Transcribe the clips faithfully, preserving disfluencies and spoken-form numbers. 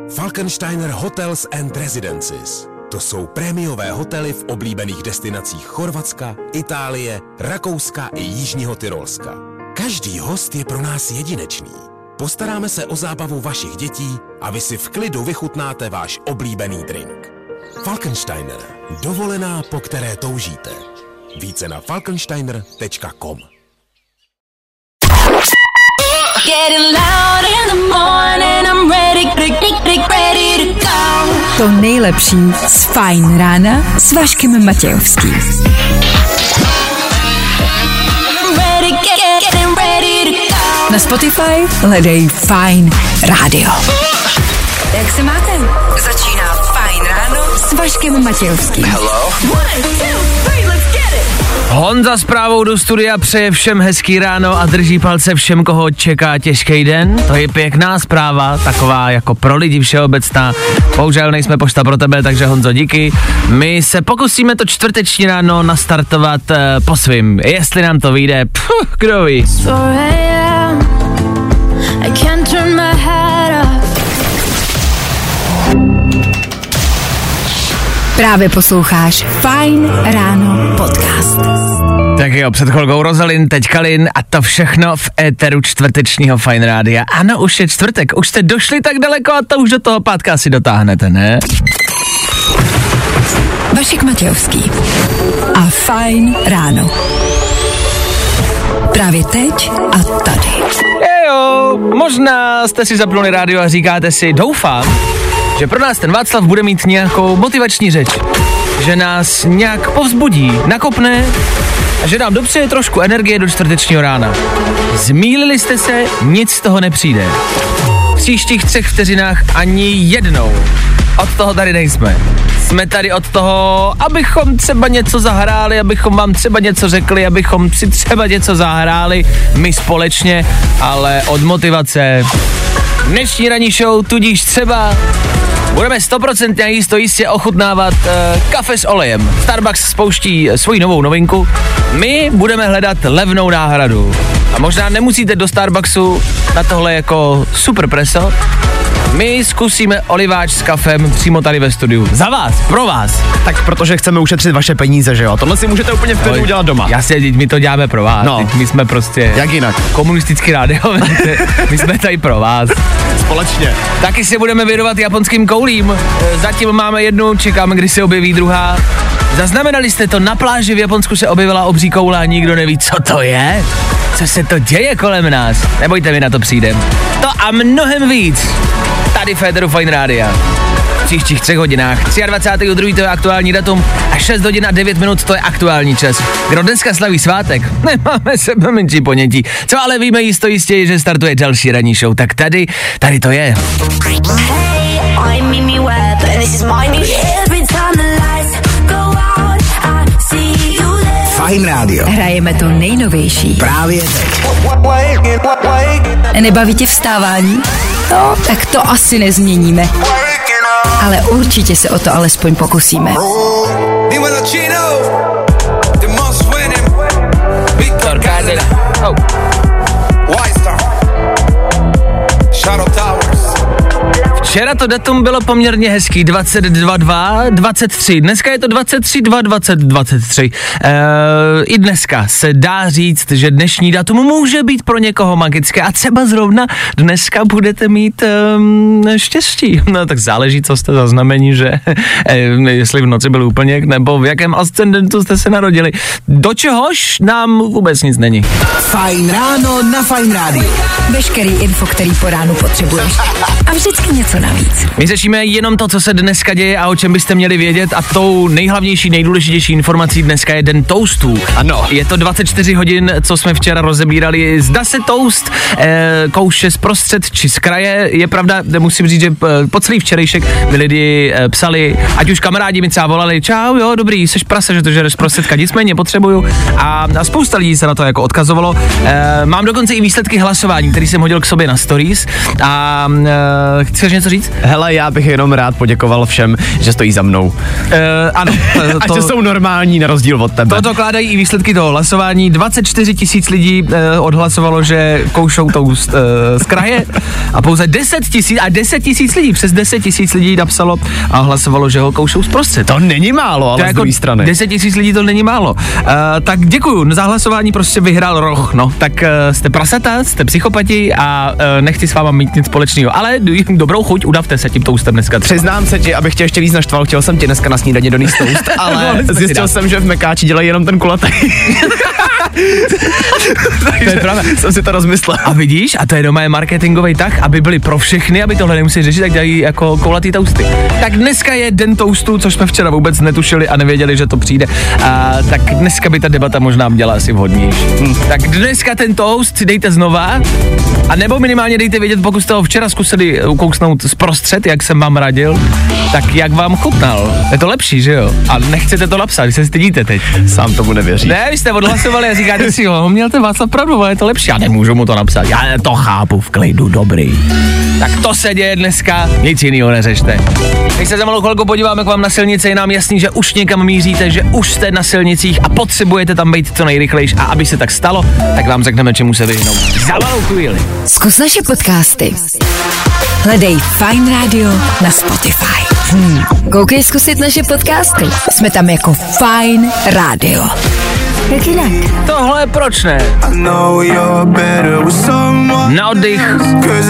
Falkensteiner Hotels and Residences. To jsou prémiové hotely v oblíbených destinacích Chorvatska, Itálie, Rakouska i Jižního Tyrolska. Každý host je pro nás jedinečný. Postaráme se o zábavu vašich dětí a vy si v klidu vychutnáte váš oblíbený drink. Falkensteiner. Dovolená, po které toužíte. Více na falkensteiner tečka com. To nejlepší z Fajn rána s Vaškem Matějovským. Na Spotify hledej Fajn rádio. Jak se máte? Začíná Fajn ráno s Vaškem Matějovským. Hello? Honza s zprávou do studia přeje všem hezký ráno a drží palce všem, koho čeká těžký den. To je pěkná zpráva, taková jako pro lidi všeobecná. Bohužel nejsme pošta pro tebe, takže Honzo, díky. My se pokusíme to čtvrteční ráno nastartovat uh, po svým. Jestli nám to vyjde, pfuh, kdo ví. Právě posloucháš Fajn ráno podcast. Tak jo, před chvilkou Rozalin, teď Kalin a to všechno v éteru čtvrtečního Fajn rádia. Ano, už je čtvrtek, už jste došli tak daleko a to už do toho pátka si dotáhnete, ne? Vašek Matějovský a Fajn ráno. Právě teď a tady. Ejo, možná jste si zapnuli rádio a říkáte si, doufám, že pro nás ten Václav bude mít nějakou motivační řeč, že nás nějak povzbudí, nakopne a že nám dopřeje trošku energie do čtvrtečního rána. Zmýlili jste se, nic z toho nepřijde. V příštích třech vteřinách ani jednou. Od toho tady nejsme. Jsme tady od toho, abychom třeba něco zahráli, abychom vám třeba něco řekli, abychom si třeba něco zahráli, my společně, ale od motivace. Dnešní ranní show tudíž třeba budeme stoprocentně jisto jistě ochutnávat uh, kafe s olejem. Starbucks spouští svoji novou novinku. My budeme hledat levnou náhradu. A možná nemusíte do Starbucksu na tohle jako super preso. My zkusíme oliváč s kafem přímo tady ve studiu. Za vás, pro vás. Tak protože chceme ušetřit vaše peníze, že jo? Tohle si můžete úplně v klidu udělat doma. Jasně, my to děláme pro vás. No. My jsme prostě... Jak jinak? Komunistický rádio. My jsme tady pro vás. Společně. Taky se budeme věnovat japonským koulím. Zatím máme jednu, čekáme, kdy se objeví druhá. Zaznamenali jste to, na pláži v Japonsku se objevila obří koule a nikdo neví, co to je? Co se to děje kolem nás? Nebojte, mi na to přijdem. To a mnohem víc. Tady v éteru Fajn rádia. V příštích třech hodinách. dvacátého druhého druhého to je aktuální datum a šest hodin a devět minut to je aktuální čas. Kdo dneska slaví svátek? Nemáme sebe menší ponětí. Co ale víme jisto jistě, že startuje další ranní show. Tak tady, tady to je. Hey, I'm Mimi Webb and this is my new hit. Every time the lights go out, I see you there. Fajn rádio. Hrajeme to nejnovější. Právě teď. Nebaví tě vstávání? No, tak to asi nezměníme. Ale určitě se o to alespoň pokusíme. Víctor Cardena. Oh. Včera to datum bylo poměrně hezký, dvacet dva dva dvacet tři, dneska je to dvacet tři dva dvacet dvacet tři. E, I dneska se dá říct, že dnešní datum může být pro někoho magické a třeba zrovna dneska budete mít um, štěstí. No tak záleží, co jste za znamení, že e, jestli v noci byl úplněk, nebo v jakém ascendentu jste se narodili. Do čehož nám vůbec nic není. Fajn ráno na Fajn rádiu. Veškerý info, který po ránu potřebuješ. A vždycky něco navíc. My řešíme jenom to, co se dneska děje a o čem byste měli vědět a tou nejhlavnější, nejdůležitější informací dneska je den toastů. Ano. Je to dvacet čtyři hodin, co jsme včera rozebírali. Zda se toast e, kouše zprostřed či z kraje. Je pravda, musím říct, že po celý včerejšek mi lidi e, psali, ať už kamarádi mi třeba volali, čau, jo, dobrý, seš prase, že to žereš zprostředka, nicméně potřebuju. A, a spousta lidí se na to jako odkazovalo. E, mám dokonce i výsledky hlasování, který jsem hodil k sobě na stories a e, chceš něco něco říct? Hele, já bych jenom rád poděkoval všem, že stojí za mnou. Uh, ano. To, a že jsou normální na rozdíl od tebe. To dokládají i výsledky toho hlasování. dvacet čtyři tisíc lidí uh, odhlasovalo, že koušou toast uh, z kraje a pouze deset tisíc a deset tisíc lidí, přes deset tisíc lidí napsalo a hlasovalo, že ho koušou zprostřed. To není málo, ale to z jako druhé strany. deset tisíc lidí to není málo. Uh, tak děkuju, za hlasování prostě vyhrál roh, no. Tak uh, jste prasata, jste psychopati a uh, nechci s váma mít nic společného, ale dobrou chuť, udavte se tím toastem dneska. Třeba. Přiznám se ti, abych tě ještě víc naštval, chtěl jsem ti dneska na snídaně donést toast, ale zjistil jsem, že v Mekáči dělají jenom ten kulatý. To je pravda. Jsem si to rozmyslel. A vidíš, a to je doma je marketingový tah, aby byli pro všechny, aby tohle nemuseli řešit, tak dělají jako koulatý toasty. Tak dneska je den toastu, což jsme včera vůbec netušili a nevěděli, že to přijde. A tak dneska by ta debata možná dělala asi vhodnější. Hm. Tak dneska ten toast si dejte znova, a nebo minimálně dejte vědět, pokud jste ho včera zkusili ukousnout zprostřed, jak jsem vám radil, tak jak vám chutnal. Je to lepší, že jo? A nechcete to napsat, vy se stydíte teď. Sám tomu nevěří. Ne, vy jste odhlasovali a říkáte si, jo, měl ten Václav pravdu, ale je to lepší. Já nemůžu mu to napsat, já to chápu v klidu, dobrý. Tak to se děje dneska, nic jiného neřešte. Když se za malou chvilku podíváme k vám na silnici, je nám jasný, že už někam míříte, že už jste na silnicích a potřebujete tam být co nejrychlejš, a aby se tak stalo, tak vám řekneme, čemu se vyhnout. Za malou chvíli. Zkus naše podcasty. Hledej Fajn Radio na Spotify. Hmm. Koukej zkusit naše podcasty. Jsme tam jako Fajn Radio. Jak jinak? Tohle proč ne? Na oddych.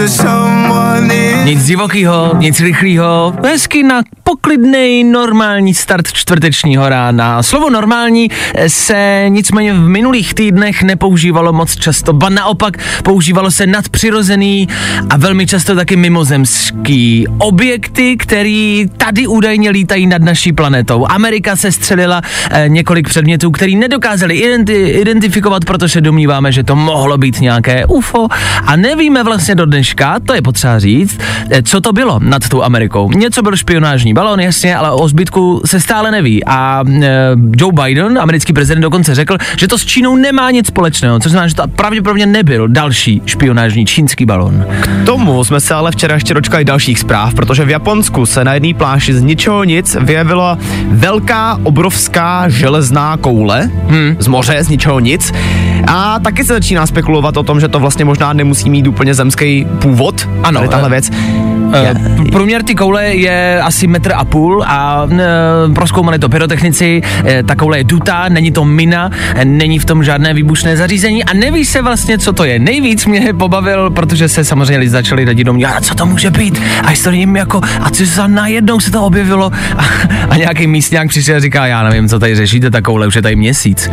Nic divokýho, nic rychlýho. Hezky na poklidnej, normální start čtvrtečního rána. Slovo normální se nicméně v minulých týdnech nepoužívalo moc často, ba naopak používalo se nadpřirozený a velmi často taky mimozemský objekty, který tady údajně lítají nad naší planetou. Amerika se střelila eh, několik předmětů, který nedokázali identi- identifikovat, protože domníváme, že to mohlo být nějaké U F O a nevíme vlastně do dneška, to je potřeba říct, eh, co to bylo nad tou Amerikou. Něco byl špionážní balon, jasně, ale o zbytku se stále neví a e, Joe Biden, americký prezident, dokonce řekl, že to s Čínou nemá nic společného, což znamená, že to pravděpodobně nebyl další špionážní čínský balon. K tomu jsme se ale včera ještě dočkali dalších zpráv, protože v Japonsku se na jedné pláži z ničeho nic vyjevila velká, obrovská železná koule hmm. z moře, z ničeho nic, a taky se začíná spekulovat o tom, že to vlastně možná nemusí mít úplně zemský původ. Ano, tady tahle věc. Uh, průměr ty koule je asi metr a půl a uh, prozkoumali to pyrotechnici, uh, ta koule je dutá, není to mina, uh, není v tom žádné výbušné zařízení a neví se vlastně, co to je. Nejvíc mě pobavil, protože se samozřejmě lidi začali radit do mě, a co to může být? A jste jim jako, a co za najednou se to objevilo? A, a nějaký místňák přišel a říká, já nevím, co tady řešíte, ta koule už je tady měsíc.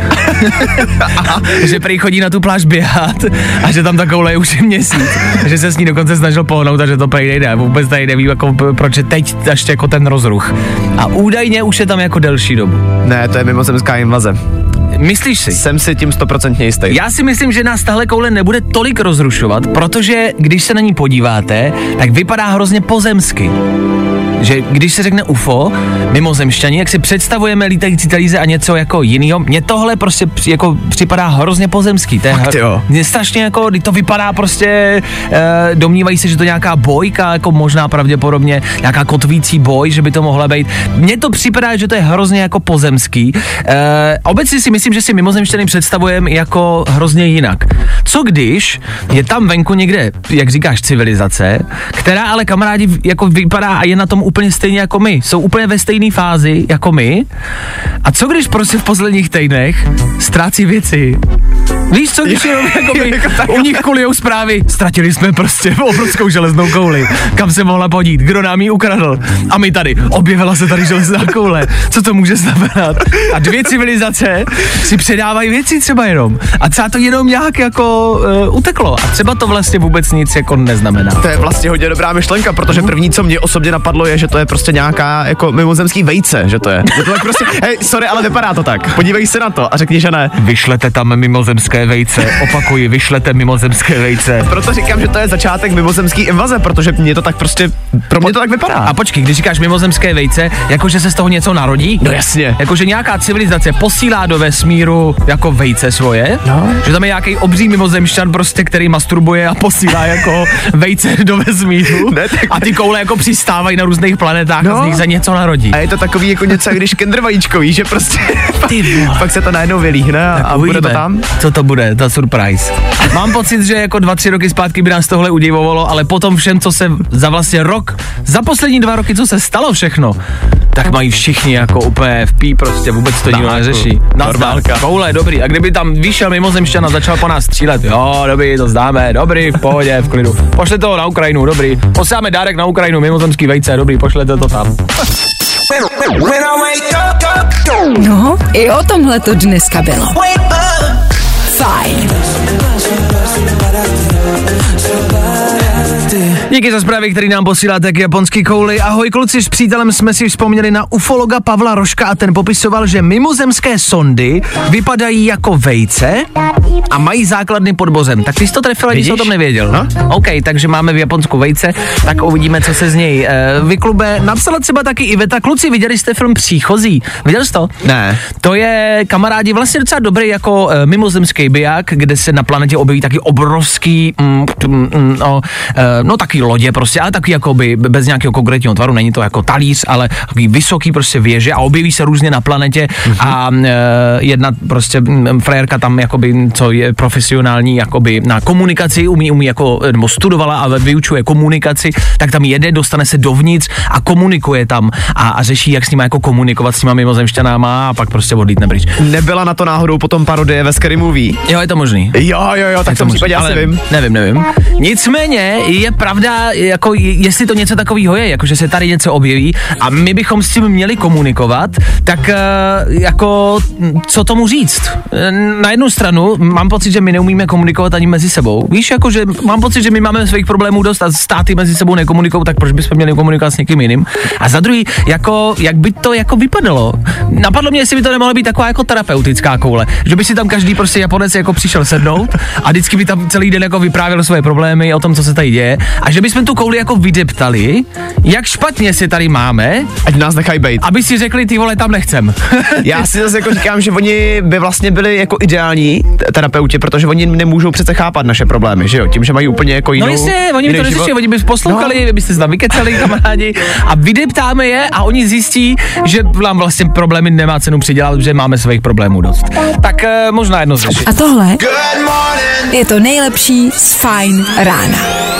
A že prý chodí na tu pláž běhat a že tam ta koule je už je měsíc. A že se s ní dokonce snažil pohnout a že to prý nejde. Vůbec tady nevím, jako, proč je teď ještě jako ten rozruch. A údajně už je tam jako delší dobu. Ne, to je mimozemská invaze. Myslíš si? Jsem si tím stoprocentně jistý. Já si myslím, že nás tahle koule nebude tolik rozrušovat, protože když se na ní podíváte, tak vypadá hrozně pozemsky. Že když se řekne U F O, mimozemšťani, jak si představujeme lítající talíze a něco jako jinýho, mně tohle prostě jako připadá hrozně pozemský. To je Fakt, jo. Mně strašně jako, to vypadá prostě, e, domnívají se, že to je nějaká bojka, jako možná pravděpodobně nějaká kotvící boj, že by to mohla být. Mně to připadá, že to je hrozně jako pozemský. E, obecně si myslím, že si mimozemšťany představujeme jako hrozně jinak. Co když je tam venku někde, jak říkáš, civilizace, která ale kamarádi jako vypadá a je na tom úplně stejně jako my. Jsou úplně ve stejné fázi jako my. A co když prostě v posledních týdnech ztrácí věci? Víš co, když jenom jakoby, u nich kulujou zprávy, ztratili jsme prostě obrovskou železnou kouli, kam se mohla podít, kdo nám ji ukradl. A my tady, objevila se tady železná koule, co to může znamenat? A dvě civilizace si předávají věci třeba jenom. A třeba to jenom nějak jako uh, uteklo. A třeba to vlastně vůbec nic jako neznamená. To je vlastně hodně dobrá myšlenka, protože první, co mě osobně napadlo, je, uvažuje, že to je prostě nějaká jako mimozemský vejce, že to je. Je to tak prostě, hej, sorry, ale vypadá to tak. Podívej se na to a řekni, že ne. Vyšlete tam mimozemské vejce, opakuji, vyšlete mimozemské vejce. Proto říkám, že to je začátek mimozemský invaze, protože mě to tak prostě, pro mě to tak vypadá. A počkej, když říkáš mimozemské vejce, jakože se z toho něco narodí? No jasně. Jakože nějaká civilizace posílá do vesmíru jako vejce svoje? No. Že tam je nějaký obří mimozemšťan prostě, který masturbuje a posílá jako vejce do vesmíru. Ne, tak... A ty koule jako přistávají na různých planetách no. a z nich se něco narodí. A je to takový jako něco, když kinder vajíčkový, že prostě pak se to najednou vylíhne a, a bude to tam. Co to bude, ta surprise. Mám pocit, že jako dva, tři roky zpátky by nás tohle udivovalo, ale potom všem, co se za vlastně rok, za poslední dva roky, co se stalo všechno, tak mají všichni jako úplně v pí, prostě vůbec to nikdo neřeší. Normálka. Koule, dobrý. A kdyby tam vyšel mimozemšťan a začal po nás střílet, jo, dobrý, to známe, dobrý, v pohodě, v klidu. Pošle to na Ukrajinu, dobrý. Posláme dárek na Ukrajinu, mimozemský vejce, dobrý, pošlete to tam. No, i o tomhle to dneska bylo. Fajn. Díky za zprávy, který nám posíláte k japonský kouli. Ahoj kluci, s přítelem jsme si vzpomněli na ufologa Pavla Rožka a ten popisoval, že mimozemské sondy vypadají jako vejce a mají základny pod bozem. Tak ty jsi to trefil, ani jsi o tom nevěděl. No? OK, takže máme v Japonsku vejce, tak uvidíme, co se z něj e, vyklube. Napsala třeba taky Iveta. Kluci, viděli jste film Příchozí? Viděl jsi to? Ne. To je, kamarádi, vlastně docela dobrý jako e, mimozemský biják, kde se na planetě objeví taky obrovský, mm, mm, no, e, no taky lodě prostě, ale taky jakoby bez nějakého konkrétního tvaru, není to jako talíř, ale takový vysoký prostě věže a objeví se různě na planetě mm-hmm. a e, jedna prostě m, frajerka tam jakoby, co je profesionální jakoby na komunikaci, umí, umí jako, nebo studovala a vyučuje komunikaci, tak tam jede, dostane se dovnitř a komunikuje tam a, a řeší, jak s nima jako komunikovat s nima mimozemšťanama a pak prostě odlítne pryč. Nebyla na to náhodou potom parodie ve Scary Movie? Jo, je to možný. Jo, jo, jo, tak, tak v tom případě asi vím. Nevím, nevím. Nicméně je pravda, jako jestli to něco takového je, jako že se tady něco objeví a my bychom s tím měli komunikovat, tak jako co tomu říct? Na jednu stranu mám pocit, že my neumíme komunikovat ani mezi sebou. Víš, jako že mám pocit, že my máme svých problémů dost a státy mezi sebou nekomunikují, tak proč bychom měli komunikovat s někým jiným? A za druhý, jako jak by to jako vypadalo? Napadlo mě, jestli by to nemohlo být taková jako terapeutická koule, že by si tam každý prostě Japonec jako přišel sednout a vždycky by tam celý den jako vyprávěl své problémy o tom, co se tady děje a že bychom tu kouli jako vydeptali, jak špatně si tady máme, ať nás nechají bejt. Aby si řekli, ty vole, tam nechcem. Já si zase jako říkám, že oni by vlastně byli jako ideální terapeuti, protože oni nemůžou přece chápat naše problémy, že jo? Tím, že mají úplně jako jinou. No jasně, oni by to neřeší, oni by poslouchali, no. Vy byste se tam vykecali, kamarádi, a vydeptáme je a oni zjistí, že nám vlastně problémy nemá cenu přidělat, že máme svých problémů dost. Tak uh, možná jedno řešit. A tohle je to nejlepší z Fajn rána.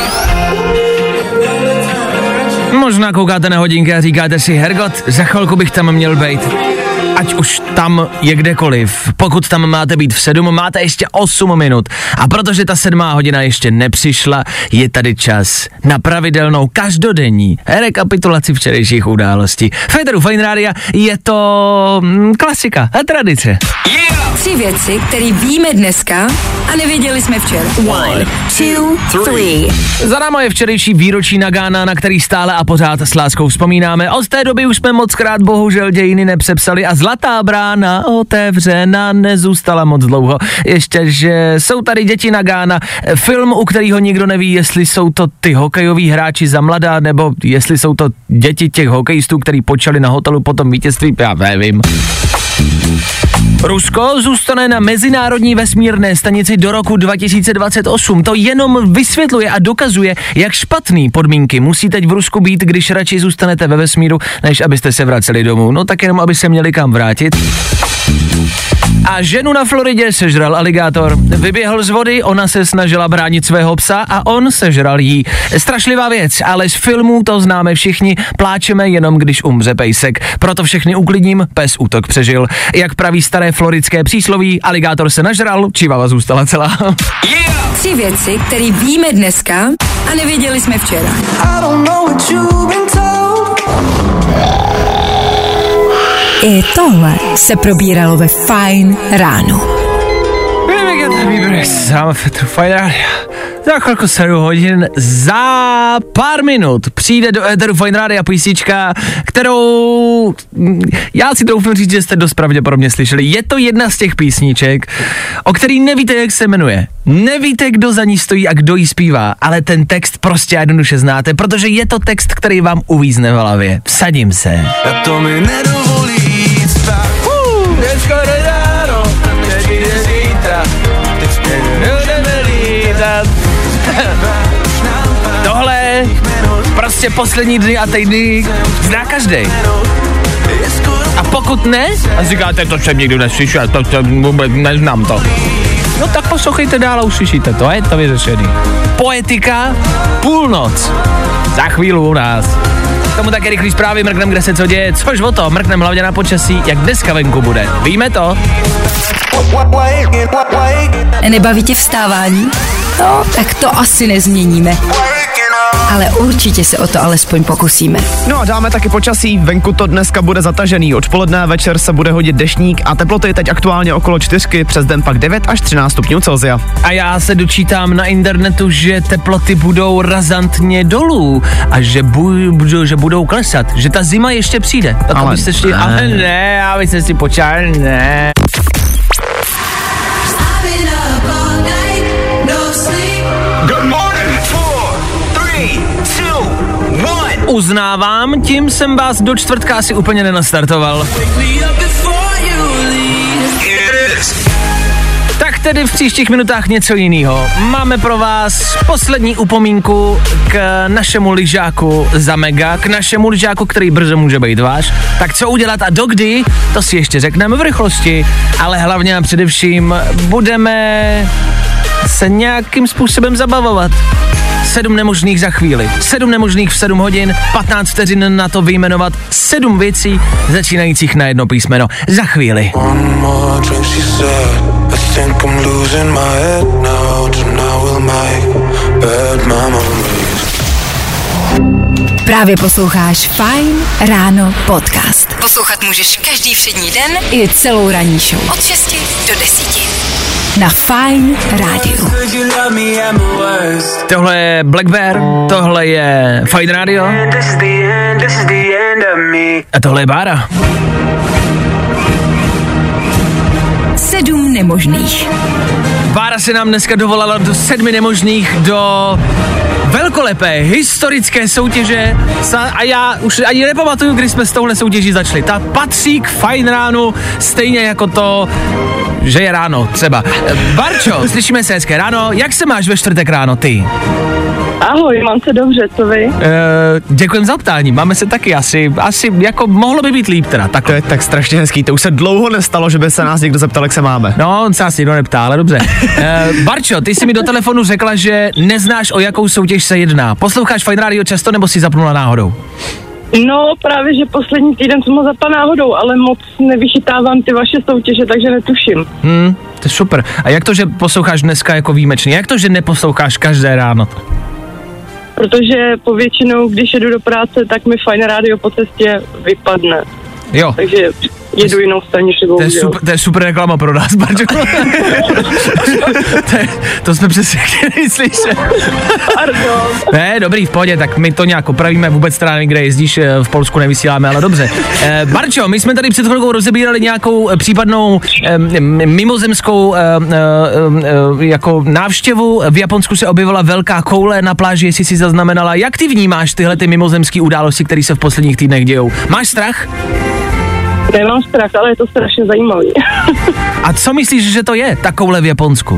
Možná koukáte na hodinky a říkáte si, hergot, za chvilku bych tam měl bejt. Ať už tam je kdekoliv. Pokud tam máte být v sedm, máte ještě osm minut. A protože ta sedmá hodina ještě nepřišla, je tady čas na pravidelnou každodenní rekapitulaci včerejších událostí. Féteru Fajn Rádia je to mm, klasika a tradice. Yeah! Tři věci, které víme dneska a nevěděli jsme včera. One, two, three. Za náma je včerejší výročí Nagána, na který stále a pořád s láskou vzpomínáme. Od té doby už jsme mockrát bohužel dějiny nepřepsali a zlatá brána otevřena nezůstala moc dlouho. Ještě, že jsou tady děti Nagána, film, u kterého nikdo neví, jestli jsou to ty hokejoví hráči za mladá, nebo jestli jsou to děti těch hokejistů, který počali na hotelu po tom vítězství, já nevím. Rusko zůstane na mezinárodní vesmírné stanici do roku dva tisíce dvacet osm. To jenom vysvětluje a dokazuje, jak špatný podmínky musí teď v Rusku být, když radši zůstanete ve vesmíru, než abyste se vraceli domů. No tak jenom, aby se měli kam vrátit. A ženu na Floridě sežral aligátor. Vyběhl z vody, ona se snažila bránit svého psa a on sežral jí. Strašlivá věc, ale z filmů to známe všichni, pláčeme jenom, když umře pejsek. Proto všechny uklidním, pes útok přežil. Jak praví staré floridské přísloví, aligátor se nažral, čivava zůstala celá. Yeah! Tři věci, které víme dneska a nevěděli jsme včera. I tohle se probíralo ve Fajn ráno. Za chvilku sedm hodin, za pár minut přijde do éteru Fajn Rádia písnička, kterou já si troufnu říct, že jste dost pravděpodobně slyšeli. Je to jedna z těch písniček, o který nevíte, jak se jmenuje. Nevíte, kdo za ní stojí a kdo ji zpívá, ale ten text prostě jednoduše znáte, protože je to text, který vám uvízne v hlavě. Vsadím se. A to mi nedovolí jít spát. Uh, dneska ráno, zítra, budeme lítat. Tohle prostě poslední dny a týdny zná každej. A pokud ne, a říkáte, to jsem nikdy neslyšel, to, to vůbec neznám to. No tak poslouchejte dál a uslyšíte to, je to vyřešený. Poetika, půlnoc, za chvíli u nás. K tomu taky rychlý zprávy, mrknem, kde se co děje, což o to, mrknem hlavně na počasí, jak dneska venku bude. Víme to? Nebaví tě vstávání? No, tak to asi nezměníme. Ale určitě se o to alespoň pokusíme. No a dáme taky počasí, venku to dneska bude zatažený, odpoledne večer se bude hodit deštník a teploty teď aktuálně okolo čtyřky, přes den pak devět až třináct stupňů Celsia. A já se dočítám na internetu, že teploty budou razantně dolů a že, bu- že budou klesat, že ta zima ještě přijde. Tak Ale abyste šli, ne. ale ne, abyste si počali, ne. Uznávám, tím jsem vás do čtvrtka asi úplně nenastartoval. Tak tedy v příštích minutách něco jiného. Máme pro vás poslední upomínku k našemu lyžáku za mega, k našemu lyžáku, který brzo může být váš. Tak co udělat a dokdy, to si ještě řekneme v rychlosti, ale hlavně a především budeme se nějakým způsobem zabavovat. Sedm nemožných za chvíli. Sedm nemožných v sedm hodin, patnáct vteřin na to vyjmenovat sedm věcí, začínajících na jedno písmeno. Za chvíli. Právě posloucháš Fajn ráno podcast. Poslouchat můžeš každý všední den i celou ranní show. Od šesti do desíti. Na Fajn rádiu. Tohle je Black Bear, tohle je Fajn Radio a tohle je Bára. Sedm nemožných. Bára se nám dneska dovolala do sedmi nemožných, do velkolepé historické soutěže a já už ani nepamatuju, kdy jsme s touhle soutěží začali. Ta patří k Fajn ránu stejně jako to, že je ráno třeba. Barčo, slyšíme se hezké ráno, jak se máš ve čtvrtek ráno ty? Ahoj, mám se dobře, co vy? E, děkujem za ptání, máme se taky asi, asi jako mohlo by být líp teda. Tak. To je tak strašně hezký, to už se dlouho nestalo, že by se nás někdo zeptal, jak se máme. No, on se nás nikdo neptá, ale dobře. E, Barčo, ty jsi mi do telefonu řekla, že neznáš, o jakou soutěž se jedná. Posloucháš Fajn Radio často, nebo si zapnula náhodou? No, právě, že poslední týden jsem ho zapla náhodou, ale moc nevychytávám ty vaše soutěže, takže netuším. Hmm, to je super. A jak to, že posloucháš dneska jako výjimečný? Jak to, že neposloucháš každé ráno? Protože povětšinou, když jedu do práce, tak mi Fajn rádio po cestě vypadne. Jo. Takže jedu jinou stanici, To je, super, to je super reklama pro nás, Barčo. to, je, to jsme přesně chtěli slyšet. Pardon. Ne, dobrý, v pohodě, tak my to nějak opravíme, vůbec teda nevím, kde jezdíš, v Polsku nevysíláme, ale dobře. Eh, Barčo, my jsme tady před chvilkou rozebírali nějakou případnou eh, mimozemskou eh, eh, jako návštěvu. V Japonsku se objevila velká koule na pláži, jestli si zaznamenala. Jak ty vnímáš tyhle ty mimozemské události, které se v posledních týdnech dějou? Máš strach? Nemám strach, ale je to strašně zajímavý. A co myslíš, že to je, ta koule v Japonsku?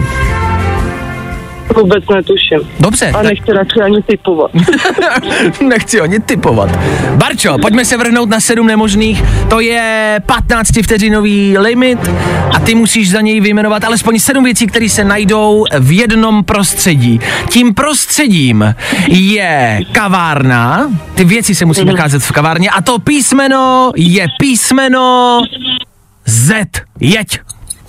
Vůbec netuším. Dobře. A nechci radši ani typovat. Nechci ani typovat. Barčo, pojďme se vrhnout na sedm nemožných. To je patnáctivteřinový limit a ty musíš za něj vyjmenovat alespoň sedm věcí, které se najdou v jednom prostředí. Tím prostředím je kavárna. Ty věci se musí nacházet v kavárně a to písmeno je písmeno Z. Jeď.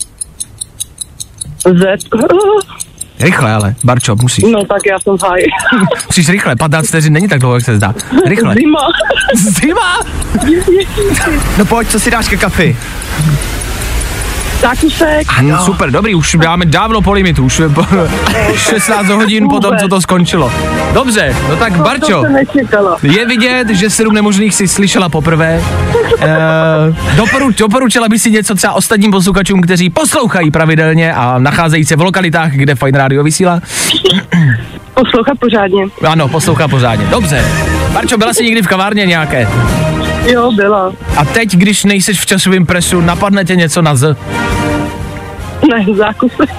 Z. Rychle, ale, Barčo, musíš. No tak já jsem v háji. Musíš rychle, patnáct vteřin není tak dlouho, jak se zdá. Rychle. Zima. Zima? No pojď, co si dáš ke kafi? zákusek. Ano, super, dobrý, už dáme dávno po limitu, už je po šestnáct hodin po tom, co to skončilo. Dobře, no tak Barčo, je vidět, že sedm nemožných si slyšela poprvé. E, doporuč, doporučila by si něco třeba ostatním posluchačům, kteří poslouchají pravidelně a nacházejí se v lokalitách, kde Fajn rádio vysílá? Poslouchat pořádně. Ano, poslouchá pořádně, dobře. Barčo, byla jsi někdy v kavárně nějaké? Jo, byla. A teď, když nejseš v časovém presu, napadne tě něco na Z? Ne, zákusek.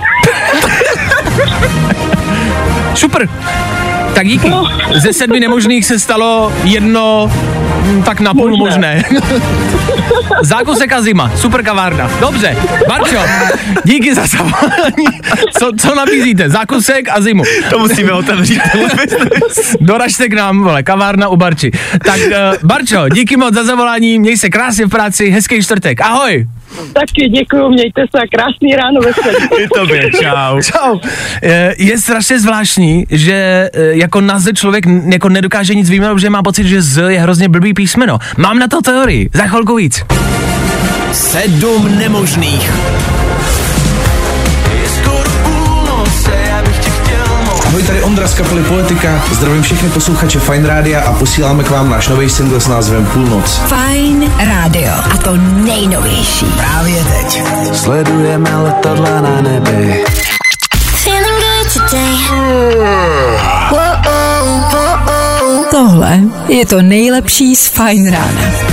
Super. Tak díky. No. Ze sedmi nemožných se stalo jedno m, tak napůl možné. možné. Zákusek a zima. Super kavárna. Dobře. Barčo, díky za zavolání. Co, co nabízíte? Zákusek a zimu. To musíme otevřít. Doražte k nám, vole, kavárna u Barči. Tak, uh, Barčo, díky moc za zavolání. Měj se krásně v práci. Hezký čtvrtek. Ahoj. Taky děkuju, mějte se a krásný ráno ve středu. I tobě, čau. Čau. Je strašně zvláštní, že jako na Z člověk jako nedokáže nic vyjmenovat, že má pocit, že Z je hrozně blbý písmeno. Mám na to teorii, za chvilku víc. Sedm nemožných. Ahoj, tady Ondra z kapely Politika, zdravím všechny posluchače Fajn rádia a posíláme k vám náš nový single s názvem Půlnoc. Fajn rádio a to nejnovější. Právě teď. Sledujeme letadla na nebi. Tohle je to nejlepší z Fajn rána.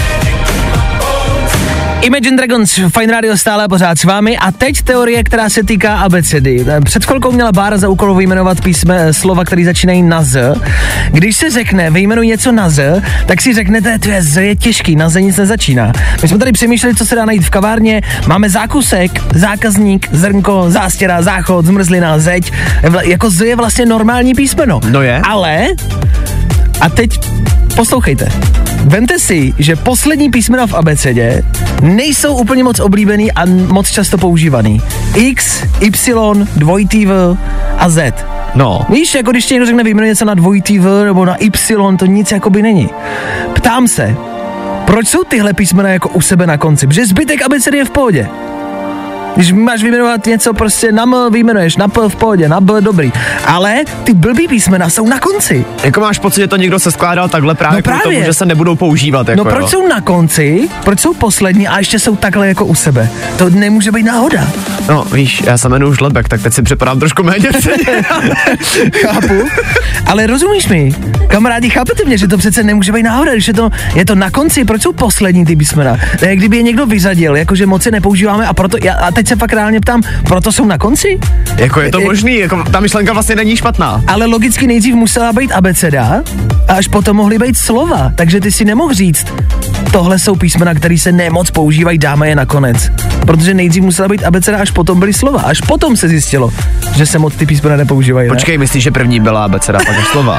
Imagine Dragons, Fajn rádio stále pořád s vámi a teď teorie, která se týká abecedy. Před chvilkou měla Bára za úkol vyjmenovat písme slova, které začínají na Z. Když se řekne vyjmenuj něco na Z, tak si řeknete, to je Z je těžký, na Z nic nezačíná. My jsme tady přemýšleli, co se dá najít v kavárně. Máme zákusek, zákazník, zrnko, zástěra, záchod, zmrzlina, zeď. Jako Z je vlastně normální písmeno. No je. Ale a teď poslouchejte. Vemte si, že poslední písmena v abecedě nejsou úplně moc oblíbený a moc často používaný. X, Y, dvojitý V a Z. No. Víš, jako když ti někdo řekne vyjmenuje něco na dvojitý V nebo na Y, to nic jakoby není. Ptám se, proč jsou tyhle písmena jako u sebe na konci? Protože zbytek abecedy je v pohodě. Když máš vyjmenovat něco prostě na M vyjmenuješ, na P v pohodě, na B dobrý. Ale ty blbý písmena jsou na konci. Jako máš pocit, že to někdo se skládal takhle právě, No právě. kvůli tomu, že se nebudou používat. Jako No proč jo. jsou na konci, proč jsou poslední a ještě jsou takhle jako u sebe? To nemůže být náhoda. No víš, já se jmenuji Žlebek, tak teď si připadám trošku méně ceně. Chápu. Ale rozumíš mi, kamarádi, chápete mě, že to přece nemůže být náhoda, když je to, je to na konci, proč jsou poslední ty písmena? To je, kdyby je někdo vyřadil, jakože moc je nepoužíváme a proto, já, a teď se fakt reálně ptám, proto jsou na konci? Jako je to možný, jako ta myšlenka vlastně není špatná. Ale logicky nejdřív musela být abeceda a až potom mohly být slova, takže ty si nemohl říct, tohle jsou písmena, které se nemoc používají, dáme je nakonec. Protože nejdřív musela být abeceda, až potom byly slova. Až potom se zjistilo, že se moc ty písmena nepoužívají. Počkej, myslíš, že první byla abeceda, pak až slova?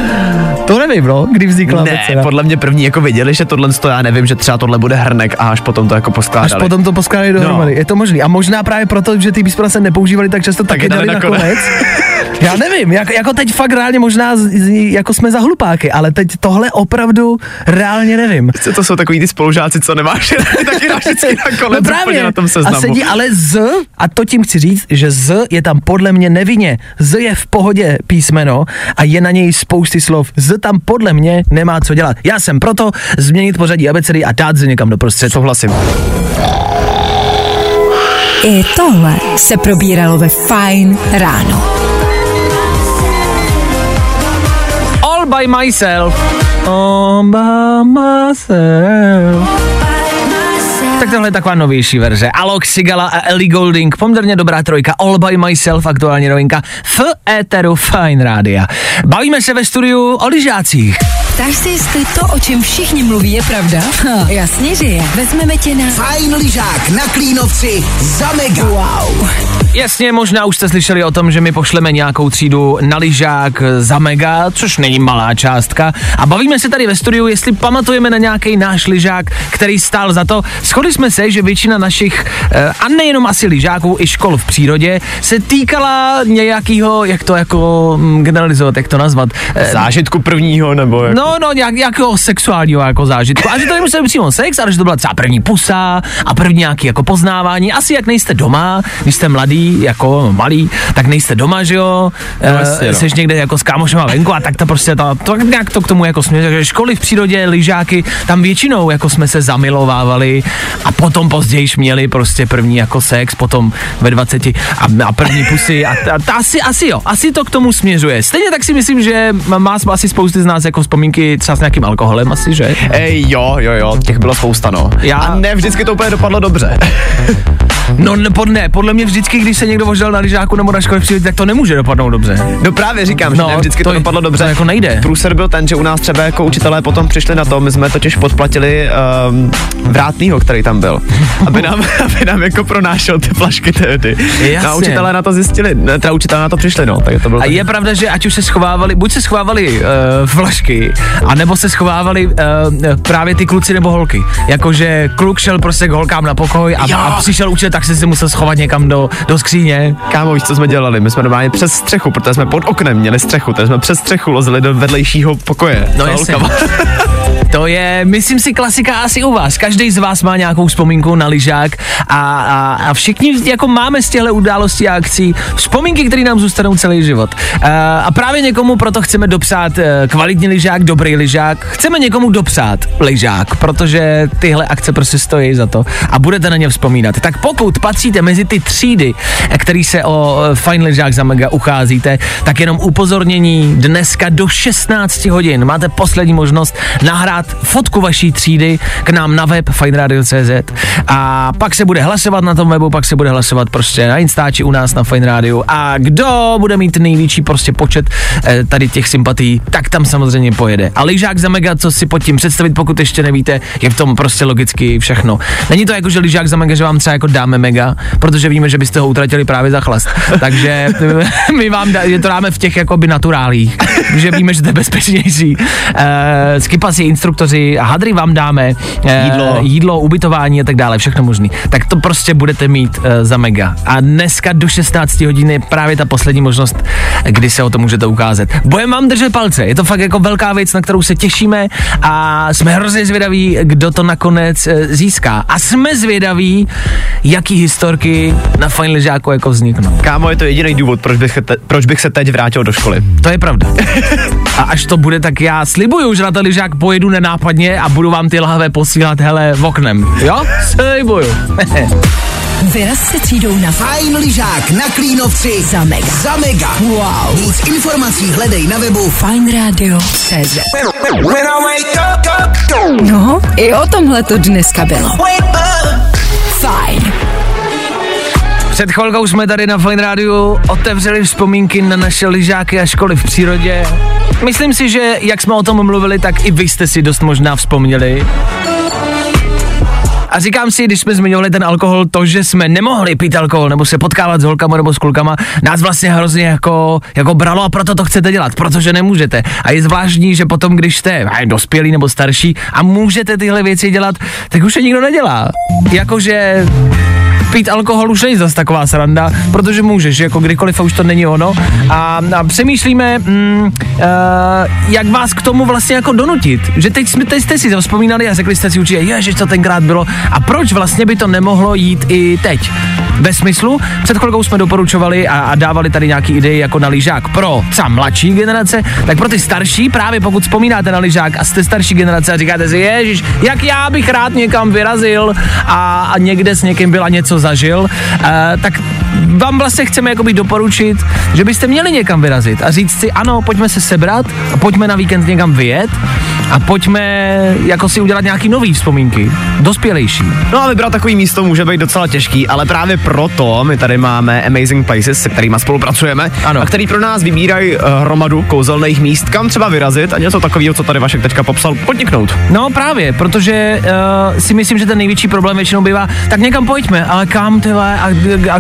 To nevím, no, kdy vznikla Ne, abeceda. podle mě první jako viděli, že tohle to já nevím, že třeba tohle bude hrnek a až potom to jako poskládali. Až potom to poskládali dohromady. No. Je to možný. A možná právě proto, že ty písmena se nepoužívali tak často, tak, Tak je je dali dali nakonec. nakonec. Já nevím, jako, jako teď fakt reálně možná z, z, jako jsme za hlupáky, ale teď tohle opravdu reálně nevím. Co to jsou takový ty spolužáci, co nemáš taky dáš vždycky nakonec No právě, na tom a seznamu. sedí, ale Z, a to tím chci říct, že Z je tam podle mě nevinně. Z je v pohodě písmeno a je na něj spousty slov. Z tam podle mě nemá co dělat. Já jsem proto změnit pořadí abecedy a dát Z někam do prostřed. Souhlasím. I tohle se probíralo ve Fajn ráno. All by myself. All by myself. Tak tohle je taková novější verze. Alok, Sigala a Ellie Goulding, poměrně dobrá trojka, All by myself, aktuální novinka v éteru Fajn rádia. Bavíme se ve studiu o lyžácích. Ptáš se, jestli to, o čem všichni mluví, je pravda? Ha, jasně, že je. Vezmeme tě na... Fajn lyžák na Klínovci za mega. Wow. Jasně, možná už jste slyšeli o tom, že my pošleme nějakou třídu na lyžák za mega, což není malá částka. A bavíme se tady ve studiu, jestli pamatujeme na nějaký náš lyžák, který stál za to. Shodli jsme se, že většina našich, a nejenom asi lyžáků, i škol v přírodě, se týkala nějakého, jak to jako generalizovat, jak to nazvat? Zážitku prvního, nebo jako... No, no, nějak, nějakého sexuálního jako zážitku. A že to nemusel být přímo sex, ale že to byla třeba první pusa a první nějaký jako poznávání. Asi jak nejste doma, když jste mladý, jako malý, tak nejste doma, že jo? No, vlastně, e, seš no. někde jako s kámošema venku a tak to prostě to, to nějak to k tomu jako směřuje. Takže školy v přírodě, lyžáky, tam většinou jako jsme se zamilovávali a potom později měli prostě první jako sex, potom ve dvaceti a, a první pusy a, a, a asi, asi jo, asi to k tomu směřuje. Stejně tak si myslím, že má asi spousty z nás jako vzpomínky třeba s nějakým alkoholem asi, že? Ej, jo, jo, jo, těch bylo spousta, no. Já... A ne vždycky to úplně dopadlo dobře. No ne, ne, podle mě vždycky, když se někdo vožel na lyžáku nebo na škole v přírodě, tak to nemůže dopadnout dobře. No právě říkám, no, že ne vždycky to, to dopadlo dobře. To jako nejde. Průser byl ten, že u nás třeba jako učitelé potom přišli na to, my jsme totiž podplatili um, vrátnýho, který tam byl, aby nám, aby nám jako pronášel ty flašky tehdy. No a učitelé na to zjistili, ne, teda učitelé na to přišli, no. Tak to bylo a tak. Je pravda, že ať už se schovávali, buď se schovávali uh, flašky, anebo se schovávali uh, právě ty kluci nebo holky. Jakože kluk šel prostě k holkám na pokoj a, a přišel učit, tak se si musel schovat někam do, do skříně. Kámo, víš, co jsme dělali? My jsme normálně přes střechu, protože jsme pod oknem měli střechu, takže jsme přes střechu lozili do vedlejšího pokoje. No jasně. To je, myslím si, klasika asi u vás. Každý z vás má nějakou vzpomínku na lyžák a, a, a všichni jako máme z těchto událostí a akcí vzpomínky, které nám zůstanou celý život. A, a právě někomu proto chceme dopřát kvalitní lyžák, dobrý lyžák. Chceme někomu dopřát lyžák, protože tyhle akce prostě stojí za to a budete na ně vzpomínat. Tak pokud patříte mezi ty třídy, který se o fajn lyžák za mega ucházíte, tak jenom upozornění, dneska do šestnáct hodin máte poslední možnost nahrát fotku vaší třídy k nám na web fajn radio tečka cé zet a pak se bude hlasovat na tom webu, pak se bude hlasovat prostě na Instači u nás na Fajn rádiu a kdo bude mít největší prostě počet eh, tady těch sympatií, tak tam samozřejmě pojede. A lyžák za mega, co si pod tím představit, pokud ještě nevíte, je v tom prostě logicky všechno. Není to jako, že lyžák za mega, že vám třeba jako dáme mega, protože víme, že byste ho utratili právě za chlast. Takže my vám dá, že to dáme v těch jakoby naturálích, že víme, že to je bezpečnější. Eh, skipací, instruktoři, hadry vám dáme, eh, jídlo. jídlo, ubytování a tak dále, všechno možný. Tak to prostě budete mít eh, za mega. A dneska do šestnáct hodin je právě ta poslední možnost, kdy se o to můžete ukázat. Budeme vám držet palce, je to fakt jako velká věc, na kterou se těšíme a jsme hrozně zvědaví, kdo to nakonec eh, získá. A jsme zvědaví, jaký historky na fajn lyžáku jako vzniknou. Kámo, je to jediný důvod, proč bych, te, proč bych se teď vrátil do školy. To je pravda. A až to bude, tak já slibuju, že na ten lyžák pojedu nenápadně a budu vám ty lahve posílat, hele, v oknem. Jo? Slibuju. Vyraz se třídou na Fajn lyžák na Klínovci za mega. Za mega. Wow. Víc informací hledej na webu fajn radio tečka cé zet. No, i o tomhle to dneska bylo. Fajn. Před chvilkou jsme tady na Fajn rádiu otevřeli vzpomínky na naše lyžáky a školy v přírodě. Myslím si, že jak jsme o tom mluvili, tak i vy jste si dost možná vzpomněli. A říkám si, když jsme zmiňovali ten alkohol, to, že jsme nemohli pít alkohol nebo se potkávat s holkama nebo s klukama, nás vlastně hrozně jako, jako bralo a proto to chcete dělat, protože nemůžete. A je zvláštní, že potom, když jste dospělí nebo starší a můžete tyhle věci dělat, tak už je nikdo nedělá. Jakože pít alkohol už není zase taková sranda, protože můžeš, jako kdykoliv a už to není ono. A, a přemýšlíme, mm, uh, jak vás k tomu vlastně jako donutit. Že teď, jsme, teď jste si vzpomínali a řekli jste si určitě, ježiš, co tenkrát bylo. A proč vlastně by to nemohlo jít i teď? Ve smyslu, před chvilkou jsme doporučovali a, a dávali tady nějaký idei jako na lyžák pro třeba mladší generace, tak pro ty starší, právě pokud vzpomínáte na lyžák a jste starší generace a říkáte si, ježiš, jak já bych rád někam vyrazil a, a někde s někým byla něco zažil, uh, tak vám vlastně chceme jakoby doporučit, že byste měli někam vyrazit a říct si, ano, pojďme se sebrat a pojďme na víkend někam vyjet a pojďme jako si udělat nějaký nový vzpomínky, dospělejší. No a vybrat takový místo může být docela těžký, ale právě proto my tady máme Amazing Places, se kterýma spolupracujeme, ano. A který pro nás vybírají uh, hromadu kouzelných míst, kam třeba vyrazit a něco takového, co tady Vašek teďka popsal, podniknout. No právě, protože uh, si myslím, že ten největší problém většinou bývá, tak někam pojďme, ale kam tyhle a, a, a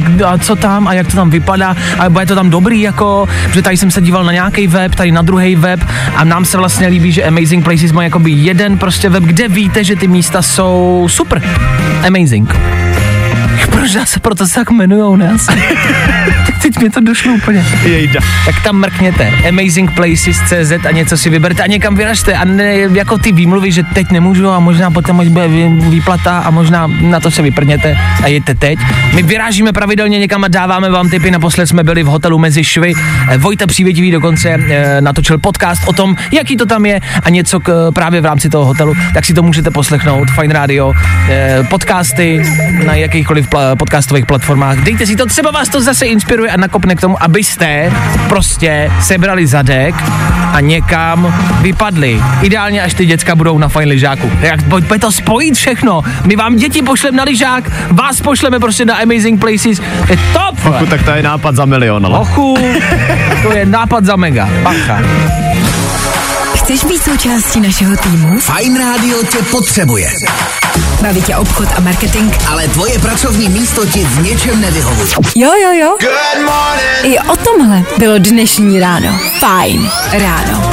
co tam a jak to tam vypadá a bude to tam dobrý, jako, že tady jsem se díval na nějaký web, tady na druhý web a nám se vlastně líbí, že Amazing Places má jakoby jeden prostě web, kde víte, že ty místa jsou super. Amazing. Proč se proto se tak jmenujou, ne? Tak teď mi to došlo úplně. Jejda. Tak tam mrkněte amazing places tečka cé zet a něco si vyberte a někam vyražte a ne jako ty výmluvy, že teď nemůžu a možná potom až bude výplata a možná na to se vyprdněte a jeďte teď. My vyrážíme pravidelně někam a dáváme vám tipy. Naposled jsme byli v hotelu Mezi švy. Vojta Přívětivý dokonce natočil podcast o tom, jaký to tam je a něco k, právě v rámci toho hotelu, tak si to můžete poslechnout. Fine Radio, podcasty na jakýchkoliv podcastových platformách. Dejte si to, třeba vás to zase inspiruje a nakopne k tomu, abyste prostě sebrali zadek a někam vypadli. Ideálně, až ty děcka budou na fajn lyžáku. Jak pojďme to spojit všechno. My vám děti pošleme na lyžák, vás pošleme prostě na Amazing Places. Je top! Ochu, tak to je nápad za milion, ale. Ochu, to je nápad za mega. Bacha. Chceš být součástí našeho týmu? Fajn Radio tě potřebuje. Baví tě obchod a marketing? Ale tvoje pracovní místo ti v něčem nevyhovuje. Jo, jo, jo. Good morning. I o tomhle bylo dnešní ráno. Fajn ráno.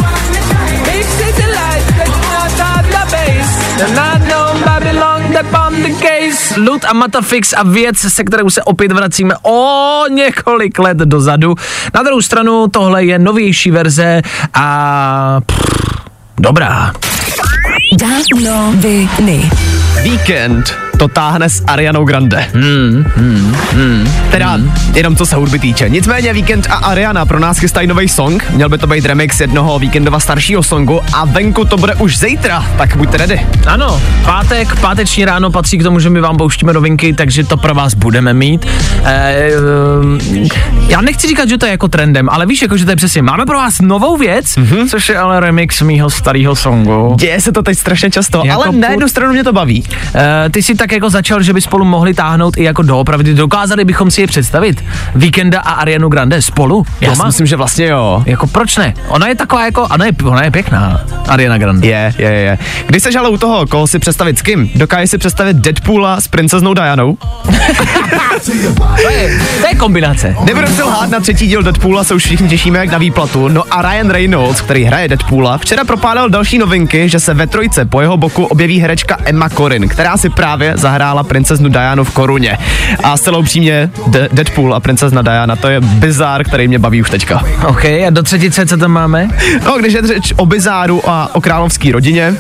Lud a Matafix a věc, se kterou se opět vracíme o několik let dozadu. Na druhou stranu tohle je novější verze a pff, dobrá. Danoviny. Víkend to táhne s Arianou Grande. Hmm, hmm, hmm, teda hmm. jenom co se hudby týče. Nicméně Víkend a Ariana pro nás chystají nový song. Měl by to být remix jednoho Víkendova staršího songu a venku to bude už zítra, tak buďte ready. Ano, pátek, páteční ráno patří k tomu, že my vám pouštíme novinky, takže to pro vás budeme mít. E, já nechci říkat, že to je jako trendem, ale víš, jako, že to je přesně, máme pro vás novou věc, mm-hmm. což je ale remix mýho starého songu. Děje se to teď strašně často, jako ale na jednu stranu mě to baví. E, ty si tak jako začal, že by spolu mohli táhnout i jako doopravdy. Dokázali bychom si je představit? Víkenda a Arianu Grande spolu? Já doma? si myslím, že vlastně jo. Jako proč ne? Ona je taková jako, ona je, ona je pěkná, Ariana Grande. Je, je, je. Když seš ale u toho, koho si představit s kým? Dokážeš si představit Deadpoola s princeznou Dianou? to, je, to je kombinace. Nebudem se lhát, na třetí díl Deadpoola se už všichni těšíme jak na výplatu. No a Ryan Reynolds, který hraje Deadpoola, včera propádal další novinky, že se ve trojce po jeho boku objeví herečka Emma Corrin, která si právě zahrála princeznu Dianu v Koruně. A zcela upřímně, De- Deadpool a princezna Diana, to je bizár, který mě baví už teďka. OK, a do třetice co tam máme? No, když je řeč o bizáru a o královské rodině,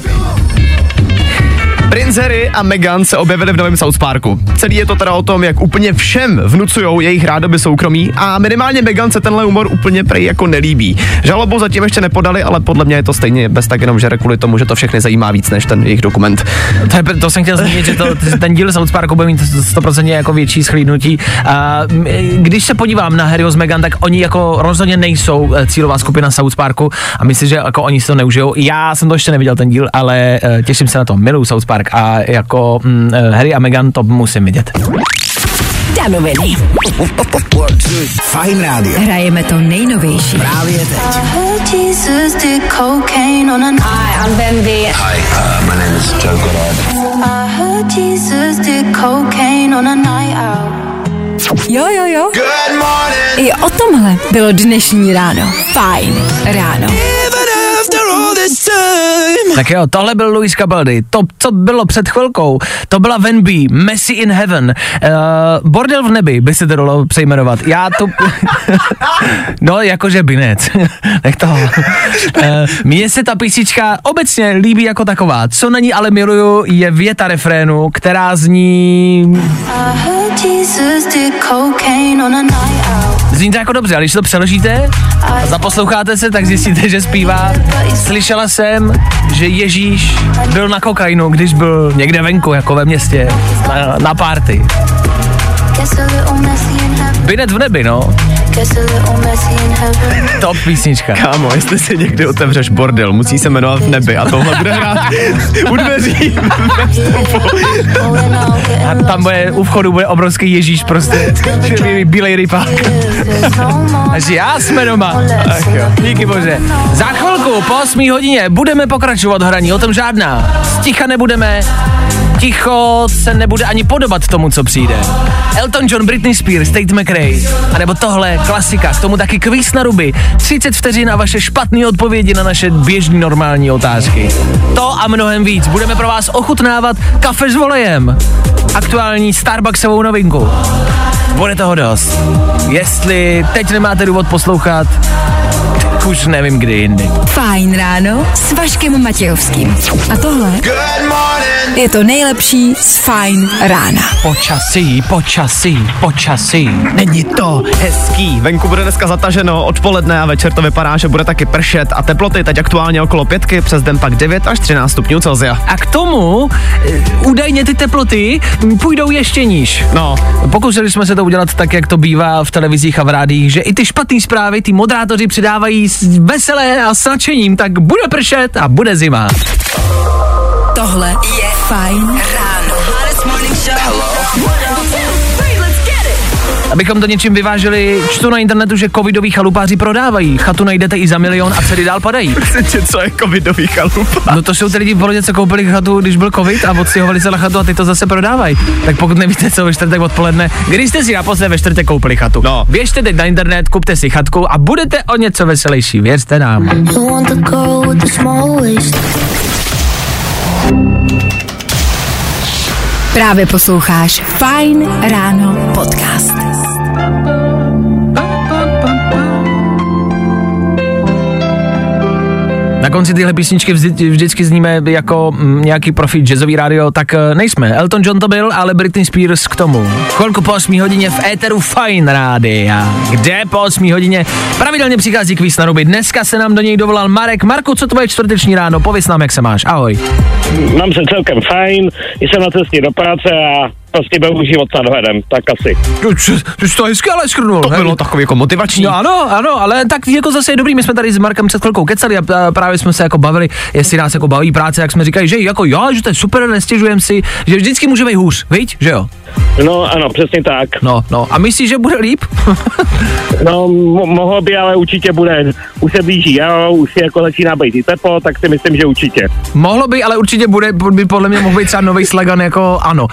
Princ Harry a Meghan se objevili v novém South Parku. Celý je to teda o tom, jak úplně všem vnucujou jejich rádoby soukromí a minimálně Meghan se tenhle humor úplně prej jako nelíbí. Žalobu zatím ještě nepodali, ale podle mě je to stejně bez tak jenom žere kvůli tomu, že to všechny zajímá víc než ten jejich dokument. To, je, to jsem chtěl zmínit, že to, ten díl South Parku bude mít sto procent jako větší schlídnutí. A když se podívám na Harryho s Meghan, tak oni jako rozhodně nejsou cílová skupina South Parku a myslím, že jako oni si to neužijou. Já jsem to ještě neviděl ten díl, ale těším se na to. Miluju South Park a jako mm, Harry a Meghan to musím vidět. Danoviny. Fajn rádio. Hrajeme to nejnovější. Právě teď. Hi, I'm Bambi. Hi, uh, my name is Joe Goddard. Jo, jo, jo. Good morning. I o tomhle bylo dnešní ráno. Fajn ráno. Tak jo, tohle byl Luis Capaldi. To, co bylo před chvilkou, to byla Van B, Messi in Heaven. Uh, Bordel v nebi by se to dalo přejmenovat. Já to... no, jakože binec. Nech toho. Uh, mně se ta písnička obecně líbí jako taková. Co na ní ale miluju, je věta refrénu, která zní... Zní to jako dobře, ale když to přeložíte a zaposloucháte se, tak zjistíte, že zpívá. Slyšela jsem, že Ježíš byl na kokainu, když byl někde venku, jako ve městě, na, na party. Binec v nebi, no. Top písnička. Kámo, jestli si někdy otevřeš bordel, musí se jmenovat V nebi a tohle bude hrát u dveří ve vstupu. A tam bude, u vchodu bude obrovský Ježíš prostě, bílej rypák. Takže já jsme doma. Ach jo. Díky bože. Za chvilku po osmé hodině budeme pokračovat hraní, o tom žádná. Sticha nebudeme. ticho se nebude ani podobat tomu, co přijde. Elton John, Britney Spears, Tate McRae, anebo tohle, klasika, k tomu taky kvíz na ruby, třicet vteřin a vaše špatné odpovědi na naše běžný normální otázky. To a mnohem víc. Budeme pro vás ochutnávat kafe s volejem. Aktuální Starbucksovou novinku. Bude toho dost. Jestli teď nemáte důvod poslouchat, tak už nevím kdy jindy. Fajn ráno s Vaškem Matějovským. A tohle je to nejlepší z Fajn rána. Počasí, počasí, počasí. Není to hezký. Venku bude dneska zataženo, odpoledne a večer to vypadá, že bude taky pršet a teploty teď aktuálně okolo pětky, přes den pak devět až třináct stupňů Celsia. A k tomu e, údajně ty teploty půjdou ještě níž. No. Pokusili jsme se to udělat tak, jak to bývá v televizích a v rádiích, že i ty špatné zprávy, ty moderátoři přidávají s veselé a s nadšením, tak bude pršet a bude zima. Tohle je Fajn ráno. Abychom to něčím vyvážili, čtu na internetu, že covidoví chalupáři prodávají. Chatu najdete i za milion a ceny dál padají. Myslíte, co je covidový chalupa? No to jsou ty lidi v Bolodě, co koupili chatu, když byl covid a odstěhovali se na chatu a ty to zase prodávají. Tak pokud nevíte, co ve čtvrtek odpoledne, když jste si naposled ve čtvrtek koupili chatu, no. Běžte teď na internet, kupte si chatku a budete o něco veselější, věřte nám. Právě posloucháš Fajn ráno podcast. Na konci tyhle písničky vždy, vždycky zníme jako m, nějaký profi jazzový rádio, tak uh, nejsme. Elton John to byl, ale Britney Spears k tomu. Chvilku po osmé hodině v éteru Fajn rádia, kde po osmé hodině pravidelně přichází kvíz na ruby. Dneska se nám do něj dovolal Marek. Marku, co to bude čtvrteční ráno? Pověz nám, jak se máš. Ahoj. Mám se celkem fajn, jsem na cestě do práce a prostě beru život s nadhledem, tak asi. Ty jsi to hezky ale shrnul. To bylo takový jako motivační. No ano, ano, ale tak jako zase je dobrý, my jsme tady s Markem před chvilkou kecali a právě jsme se jako bavili, jestli nás jako baví práce, jak jsme říkali, že jako jo, že to je super, nestěžujem si, že vždycky může být hůř, viď, že jo? No ano, přesně tak. No, no, a myslíš, že bude líp? No, mo- mohlo by, ale určitě bude. Už se blíží, jo, už je jako začíná být i teplo, tak si myslím, že určitě. Mohlo by, ale určitě bude, by podle mě mohl být třeba nový slogan jako ano.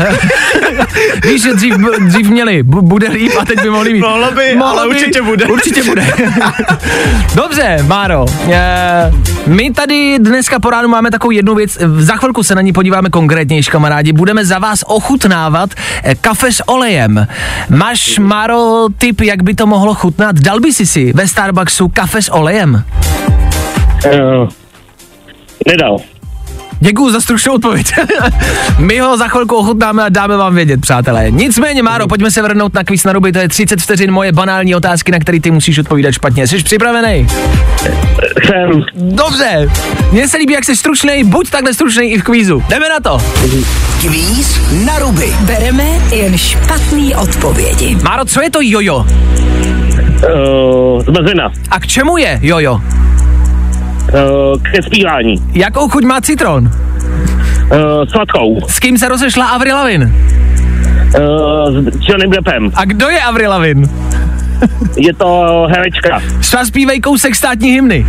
Víš, že dřív, dřív měli, bude líp a teď by mohli mít. Mohlo by, mohlo ale by, určitě bude. Určitě bude. Dobře, Máro, my tady dneska po ránu máme takovou jednu věc, za chvilku se na ní podíváme konkrétnější, kamarádi, budeme za vás ochutnávat kafe s olejem. Máš, Máro, tip, jak by to mohlo chutnat? Dal by si si ve Starbucksu kafe s olejem? Uh, nedal. Děkuju za stručnou odpověď. My ho za chvilku ochutnáme a dáme vám vědět, přátelé. Nicméně, Máro, pojďme se vrhnout na kvíz na ruby, to je třicet vteřin moje banální otázky, na které ty musíš odpovídat špatně. Jsi připravený? Jsem. Dobře. Mně se líbí, jak jsi stručnej, buď takhle stručnej i v kvízu. Jdeme na to. Kvíz na ruby. Bereme jen špatný odpovědi. Máro, co je to jojo? Uh, zmrzlina. A k čemu je jojo? Uh, k zpívání. Jakou chuť má citron? Uh, sladkou. S kým se rozešla Avril Lavigne? Uh, s Johnnym Deppem. A kdo je Avril Lavigne? Je to herečka. Zaspívej kousek státní hymny.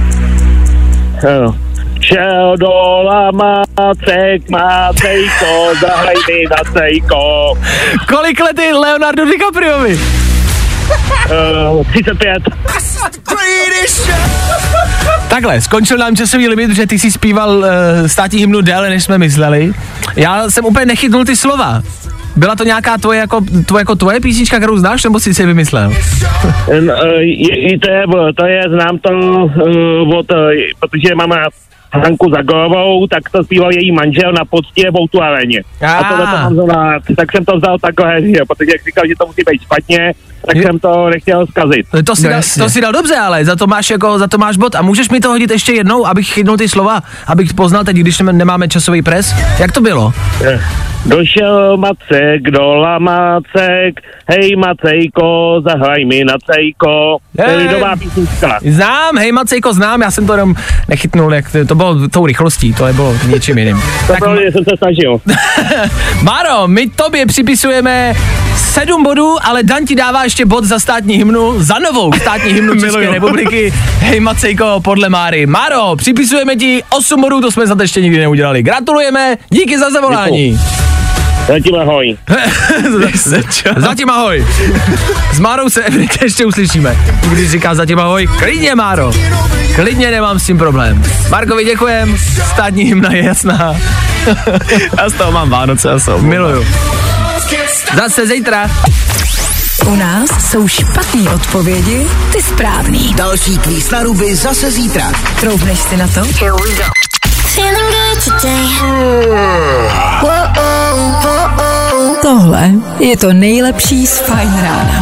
Uh, šel do Lamácek, Mácejko, zahraj mi na cejko. Kolik let je Leonardo DiCapriovi? Uh, třicet pět. Takhle, skončil nám časový limit, že ty jsi zpíval uh, státní hymnu déle, než jsme mysleli. Já jsem úplně nechytnul ty slova. Byla to nějaká tvoje jako, tvoje, jako tvoje písnička, kterou znáš, nebo jsi si je vymyslel? Uh, je, to, je, to je, znám to uh, od, uh, protože mám Hanku Zagorovou, tak to zpíval její manžel na poctě v Outu aréně. A, a tohle to mám znamená, tak jsem to vzal takhle, protože jak říkal, že to musí být špatně, tak je. jsem to nechtěl zkazit. To si, no, dal, to si dal dobře, ale za to máš jako, za to máš bod. A můžeš mi to hodit ještě jednou, abych chytnul ty slova, abych poznal teď, když nemáme časový pres? Jak to bylo? Došel Macek do Lamácek, hej Macejko, zahraj mi na cejko. To je nová písnička. Znám, hej Macejko, znám, já jsem to jenom nechytnul, jak to, to bylo tou rychlostí, to bylo něčím jiným. To tak, bylo, jsem se snažil. Máro, my tobě připisujeme sedm bodů, ale Dan ti dává ještě bod za státní hymnu, za novou státní hymnu České republiky. Hej Macejko, podle Máry. Máro, připisujeme ti osm bodů, to jsme za to ještě nikdy neudělali. Gratulujeme, díky za zavolání. Zatím ahoj. Zatím ahoj. S Márou se evidentně ještě uslyšíme. Když říká zatím ahoj, klidně Máro. Klidně, nemám s tím problém. Markovi děkujem, státní hymna je jasná. Já z toho mám Vánoce a jsou. Miluju. Zase zítra. U nás jsou špatné odpovědi, ty správný. Další kvíz na ruby zase zítra. Troufneš si na to? Here we go. Tohle je to nejlepší z Fajn rána.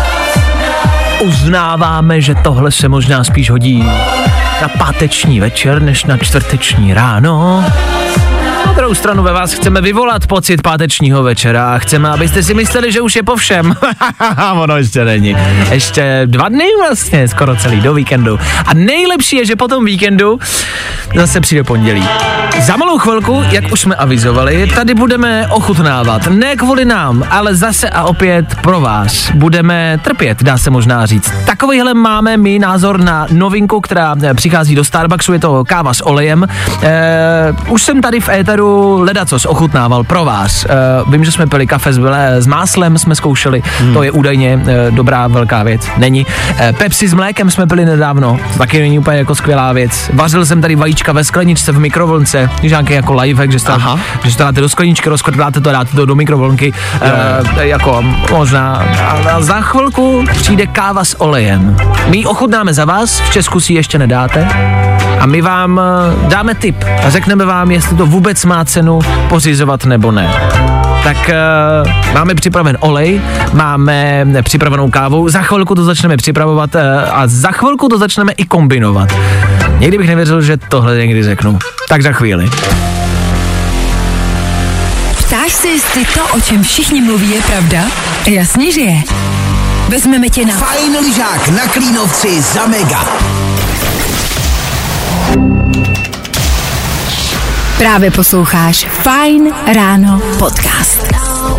Uznáváme, že tohle se možná spíš hodí na páteční večer, než na čtvrteční ráno. Na druhou stranu ve vás chceme vyvolat pocit pátečního večera a chceme, abyste si mysleli, že už je po všem. Ono ještě není. Ještě dva dny vlastně, skoro celý, do víkendu. A nejlepší je, že po tom víkendu zase přijde pondělí. Za malou chvilku, jak už jsme avizovali, tady budeme ochutnávat. Ne kvůli nám, ale zase a opět pro vás. Budeme trpět, dá se možná říct. Takovýhle máme my názor na novinku, která přichází do Starbucksu, je to káva s olejem. E, už jsem tady v éteru ledacos ochutnával pro vás. E, vím, že jsme pili kafe s, s máslem, jsme zkoušeli, hmm. to je údajně e, dobrá velká věc. Není. E, Pepsi s mlékem jsme pili nedávno, taky není úplně jako skvělá věc. Vařil jsem tady vajíčka ve skleničce v mikrovlnce, nějaký jako lifehack, že to, že to dáte do skleničky, rozkotláte to, dáte to do mikrovlnky, e, jako možná. A za chvilku přijde káva s olejem. My ji ochutnáme za vás, v Česku si ji ještě nedáte a my vám dáme tip a řekneme vám, jestli to vůbec má cenu pořizovat nebo ne. Tak uh, máme připraven olej, máme připravenou kávu, za chvilku to začneme připravovat uh, a za chvilku to začneme i kombinovat. Někdy bych nevěřil, že tohle někdy řeknu. Tak za chvíli. Ptáš se, jestli to, o čem všichni mluví, je pravda? Jasně, že je. Vezmeme tě na Fajn lyžák na Klínovci za mega. Právě posloucháš Fajn ráno podcast.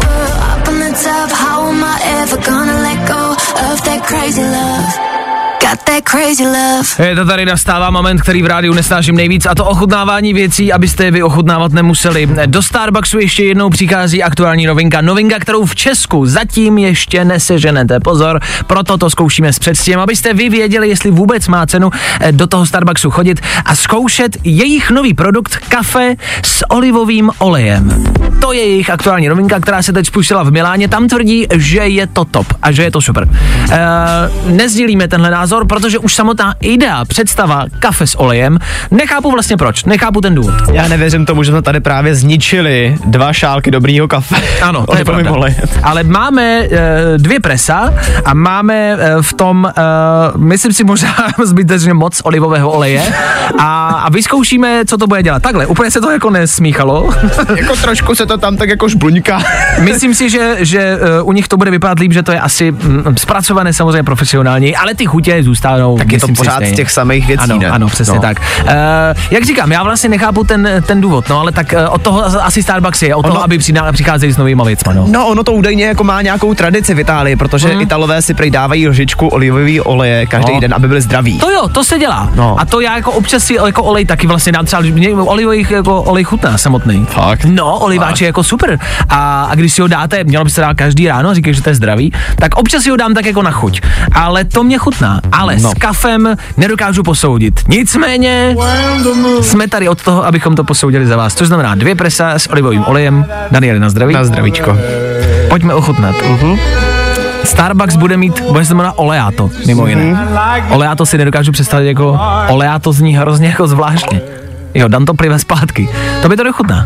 Je to tady nastává moment, který v rádiu nesnáším nejvíc, a to ochutnávání věcí, abyste je vy ochutnávat nemuseli. Do Starbucksu ještě jednou přichází aktuální novinka. Novinka, kterou v Česku zatím ještě neseženete. Pozor, proto to zkoušíme s předstihem, abyste vy věděli, jestli vůbec má cenu do toho Starbucksu chodit a zkoušet jejich nový produkt kafe s olivovým olejem. To je jejich aktuální novinka, která se teď spustila v Miláně. Tam tvrdí, že je to top a že je to super. E, nezdílíme tenhle názor, protože už samotná idea, představa kafe s olejem, nechápu vlastně proč, nechápu ten důvod. Já nevěřím tomu, že jsme tady právě zničili dva šálky dobrýho kafe. Ano, to je pravda. Ale máme e, dvě presa a máme e, v tom, e, myslím si možná zbytečně moc olivového oleje a, a vyzkoušíme, co to bude dělat. Takhle, úplně se to jako nesmíchalo. Jako trošku se to tam tak jako žbluňká. Myslím si, že, že uh, u nich to bude vypadat líp, že to je asi mm, zpracované samozřejmě profesionálně, ale ty chutě zůstanou. Tak je to pořád z těch samých věcí, ano, ne? Ano, přesně no. tak. Uh, jak říkám, já vlastně nechápu ten, ten důvod, no, ale tak uh, od toho asi Starbucks je, od ono, toho, aby přicházeli s novýma věcma, no. No, ono to údajně jako má nějakou tradici v Itálii, protože hmm. Italové si dávají lžičku olivový oleje každý no. den, aby byli zdraví. To jo, to se dělá. No. A to já jako občas si jako olej taky vlastně dám třeba, olivový jako olej chutná samotný. Fakt? No, oliváč je jako super. A, a když si ho dáte, mělo by se dát každý ráno, říkají, že to je zdravý, tak občas si ho dám tak jako na chuť. Ale to mě chutná. Ale no. s kafem nedokážu posoudit. Nicméně jsme tady od toho, abychom to posoudili za vás. Což znamená dvě presa s olivovým olejem. Danieli, na zdraví. Na zdravíčko. Pojďme ochutnat. Uh-huh. Starbucks bude mít, bude se jmenovat oleato, mimo jiné. Mm-hmm. Oleato si nedokážu představit jako, oleato zní hrozně jako zvláštně. Jo, Dan to plive zpátky. To by to dochutná.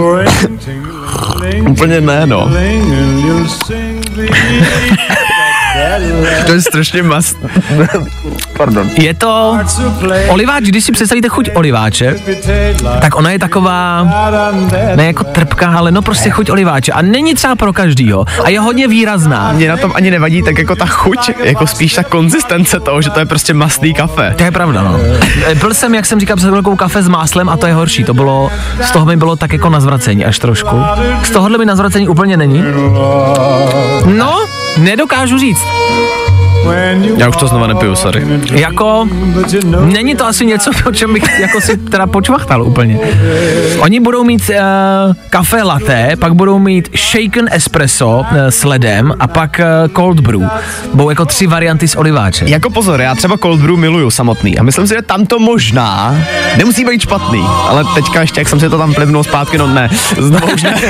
Úplně ne, no. To je strašně mast. Pardon. Je to oliváč, když si představíte chuť oliváče, tak ona je taková, ne jako trpká, ale no prostě chuť oliváče. A není třeba pro každýho. A je hodně výrazná. Mně na tom ani nevadí tak jako ta chuť, jako spíš ta konzistence toho, že to je prostě mastný kafe. To je pravda, no. Byl jsem, jak jsem říkal, před chvilkou kafe s máslem a to je horší. To bylo, z toho mi bylo tak jako na zvracení až trošku. Z tohohle mi na zvracení úplně není. No, nedokážu říct. Já už to znova nepiju, sorry. Jako, není to asi něco, o čem bych jako si teda počvachtal úplně. Oni budou mít uh, kafe latte, pak budou mít shaken espresso uh, s ledem a pak uh, cold brew. Budou jako tři varianty s oliváčem. Jako pozor, já třeba cold brew miluju samotný a myslím si, že tam to možná nemusí být špatný, ale teďka ještě, jak jsem si to tam plivnul zpátky, no ne, znovu už ne.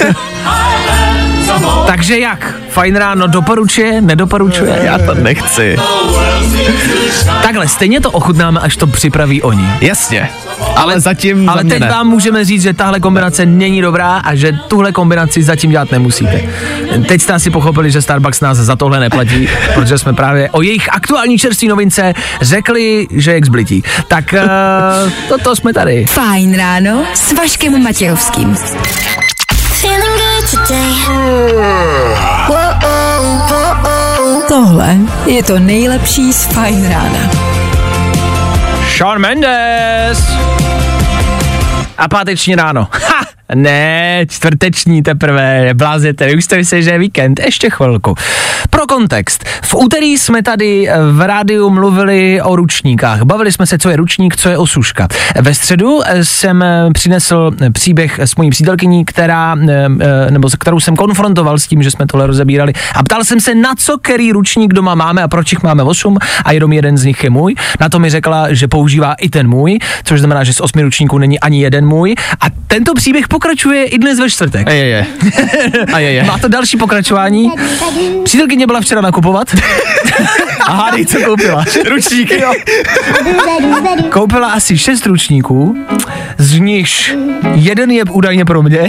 Takže jak? Fajn ráno doporučuje, nedoporučuje? Já to nechci. Takhle, stejně to ochutnáme, až to připraví oni. Jasně, ale zatím Ale teď ne. vám můžeme říct, že tahle kombinace není dobrá a že tuhle kombinaci zatím dělat nemusíte. Teď jste asi pochopili, že Starbucks nás za tohle neplatí, protože jsme právě o jejich aktuální čerství novince řekli, že je k zblití. Tak uh, toto jsme tady. Fajn ráno s Vaškem Matějovským. Tohle je to nejlepší z Fajn rána. Shawn Mendes! A páteční ráno. Ha! Ne, čtvrteční teprve, blázněte, už jste mysleli, že je víkend, ještě chvilku. Pro kontext, v úterý jsme tady v rádiu mluvili o ručníkách, bavili jsme se, co je ručník, co je osuška. Ve středu jsem přinesl příběh s mojí přítelkyní, která, nebo s kterou jsem konfrontoval s tím, že jsme tohle rozebírali a ptal jsem se, na co který ručník doma máme a proč jich máme osm a jenom jeden z nich je můj. Na to mi řekla, že používá i ten můj, což znamená, že z osmi ručníků není ani jeden můj a tento příběh pokračuje i dnes ve čtvrtek. A je, je. A je, je. Má to další pokračování. Přítelkyně byla včera nakupovat. A hádej, co koupila? Ručníky. Koupila asi šest ručníků, z nichž jeden je údajně pro mě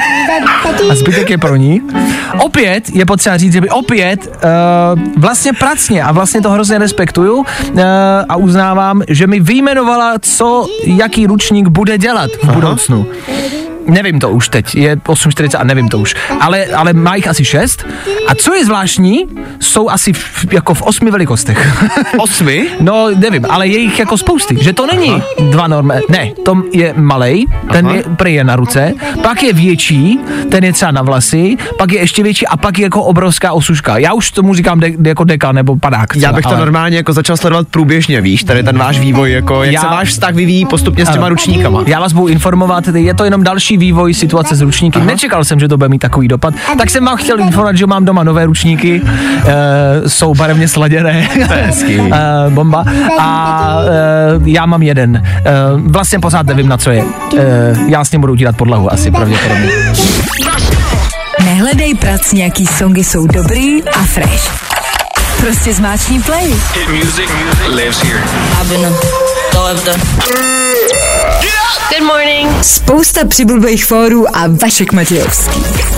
a zbytek je pro ní. Opět je potřeba říct, že by opět uh, vlastně pracně a vlastně to hrozně respektuju uh, a uznávám, že mi vyjmenovala, co jaký ručník bude dělat v budoucnu. Nevím to už teď, je osm čtyřicet a nevím to už, ale, ale má jich asi šest a co je zvláštní, jsou asi v, jako v osmi velikostech. Osmi? No nevím, ale je jich jako spousty, že to není Aha. dva normy, ne, to je malej, ten Aha. je prý je na ruce, pak je větší, ten je třeba na vlasy, pak je ještě větší a pak je jako obrovská osuška. Já už tomu říkám de, jako deka nebo padák. Třeba, Já bych to ale... normálně jako začal sledovat průběžně, víš, tady ten váš vývoj, jako jak Já... se váš vztah vyvíjí postupně s těma ano. ručníkama. Já vás budu informovat, je to jenom další vývoj situace s ručníky. Aha. Nečekal jsem, že to bude mít takový dopad. Tak jsem vám chtěl informovat, že mám doma nové ručníky. E, jsou barevně sladěné. Hezký. e, bomba. A e, já mám jeden. E, vlastně pořád nevím, na co je. E, já s ním budu utírat podlahu asi pravděpodobně. Nehledej prac, nějaký songy jsou dobrý a fresh. Prostě zmáčkni play. Hit music lives here. Good morning. Spousta přibulbých fórů a Vašek Matějovský.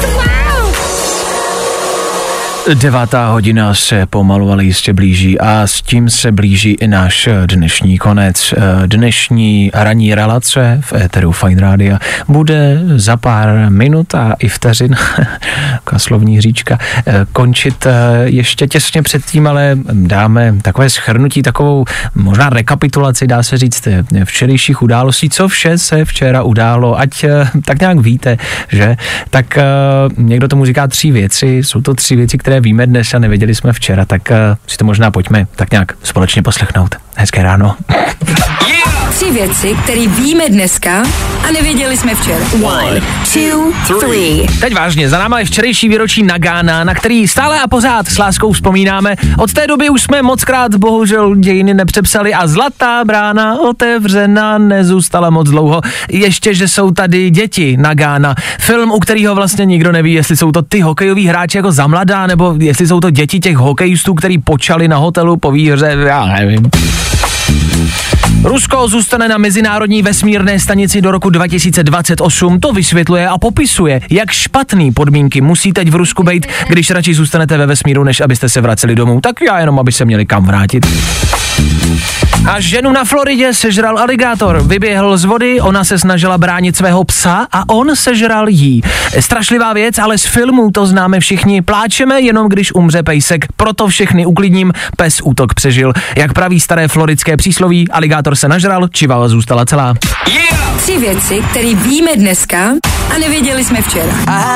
Devátá hodina se pomalu, ale jistě blíží a s tím se blíží i náš dnešní konec. Dnešní ranní relace v éteru Fajn Rádia bude za pár minut a i vteřin, taková slovní hříčka, končit ještě těsně předtím, ale dáme takové shrnutí, takovou možná rekapitulaci, dá se říct, včerejších událostí, co vše se včera událo, ať tak nějak víte, že? Tak někdo tomu říká tři věci, jsou to tři věci, které víme dnes a nevěděli jsme včera, tak uh, si to možná pojďme tak nějak společně poslechnout. Hezké ráno. Tři věci, které víme dneska a nevěděli jsme včera. One, two, three. Teď vážně, za náma je včerejší výročí Nagána, na který stále a pořád s láskou vzpomínáme. Od té doby už jsme mockrát bohužel dějiny nepřepsali a zlatá brána otevřena nezůstala moc dlouho. Ještě, že jsou tady děti Nagána. Film, u kterého vlastně nikdo neví, jestli jsou to ty hokejoví hráči jako za mladá, nebo jestli jsou to děti těch hokejistů, který počali na hotelu po výhře, já nevím. Rusko zůstane na mezinárodní vesmírné stanici do roku dva tisíce dvacet osm, to vysvětluje a popisuje, jak špatný podmínky musí teď v Rusku být, když radši zůstanete ve vesmíru, než abyste se vraceli domů. Tak já jenom, aby se měli kam vrátit. A ženu na Floridě sežral aligátor. Vyběhl z vody, ona se snažila bránit svého psa a on sežral jí. Strašlivá věc, ale z filmů to známe všichni. Pláčeme jenom, když umře pejsek. Proto všechny uklidním, pes útok přežil. Jak praví staré floridské přísloví, aligátor se nažral, čivava zůstala celá. Yeah! Tři věci, které víme dneska a nevěděli jsme včera.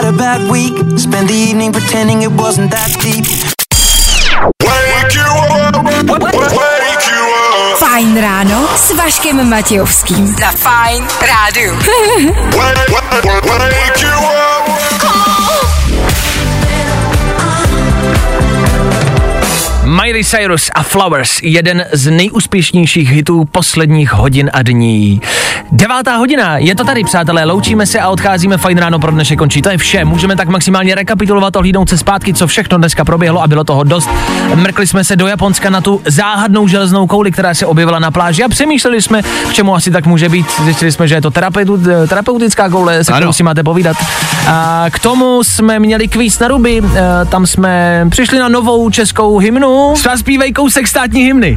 Fajn ráno s Vaškem Matějovským. Na Fajn rádiu. Miley Cyrus a Flowers, jeden z nejúspěšnějších hitů posledních hodin a dní. Devátá hodina, je to tady, přátelé, loučíme se a odcházíme, Fajn ráno pro dnešek končí, to je vše, můžeme tak maximálně rekapitulovat, ohlídnout se zpátky, co všechno dneska proběhlo a bylo toho dost. Mrkli jsme se do Japonska na tu záhadnou železnou kouli, která se objevila na pláži a přemýšleli jsme, k čemu asi tak může být, zjistili jsme, že je to terapeutu, terapeutická koule, se kterou si máte povídat. A k tomu jsme měli kvíz na ruby, tam jsme přišli na novou českou hymnu. Zpívej kousek státní hymny.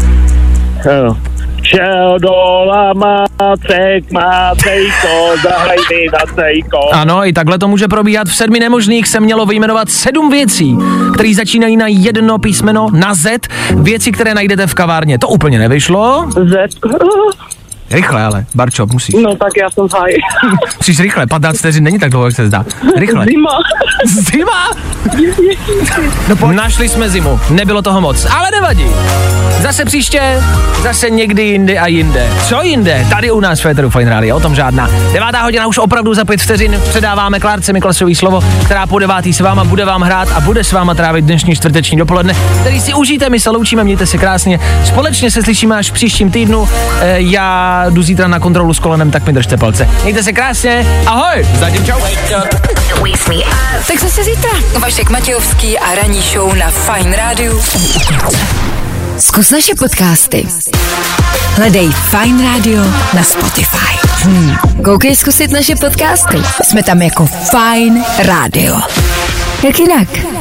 Šel do Lamácek, Mácejko, zahraj mi na cejko. Ano, i takhle to může probíhat. V sedmi nemožných se mělo vyjmenovat sedm věcí, které začínají na jedno písmeno, na Z, věci, které najdete v kavárně. To úplně nevyšlo. Z. Rychle, ale, Barčo, musíš. No tak já jsem v háji. Musíš rychle, patnáct vteřin není tak dlouho, jak se zdá. Rychle. Zima. Zima? No, našli jsme zimu, nebylo toho moc, ale nevadí. Zase příště, zase někdy jinde a jinde. Co jinde? Tady u nás v Féteru Fajn rádia, o tom žádná. Devátá hodina už opravdu za pět vteřin předáváme Klárce Miklasový slovo, která po devátý s váma bude vám hrát a bude s váma trávit dnešní čtvrteční dopoledne, který si užijte, my se loučíme, mějte se krásně. Společně se slyšíme až v příštím týdnu. E, já jdu zítra na kontrolu s kolenem, tak mi držte palce. Mějte se krásně, ahoj, zatím čau. Tak zase zítra. Vašek Matějovský a ranní show na Fajn rádiu. Zkus naše podcasty. Hledej Fajn rádio na Spotify. Hmm. Koukej zkusit naše podcasty. Jsme tam jako Fajn rádio. Jak jinak?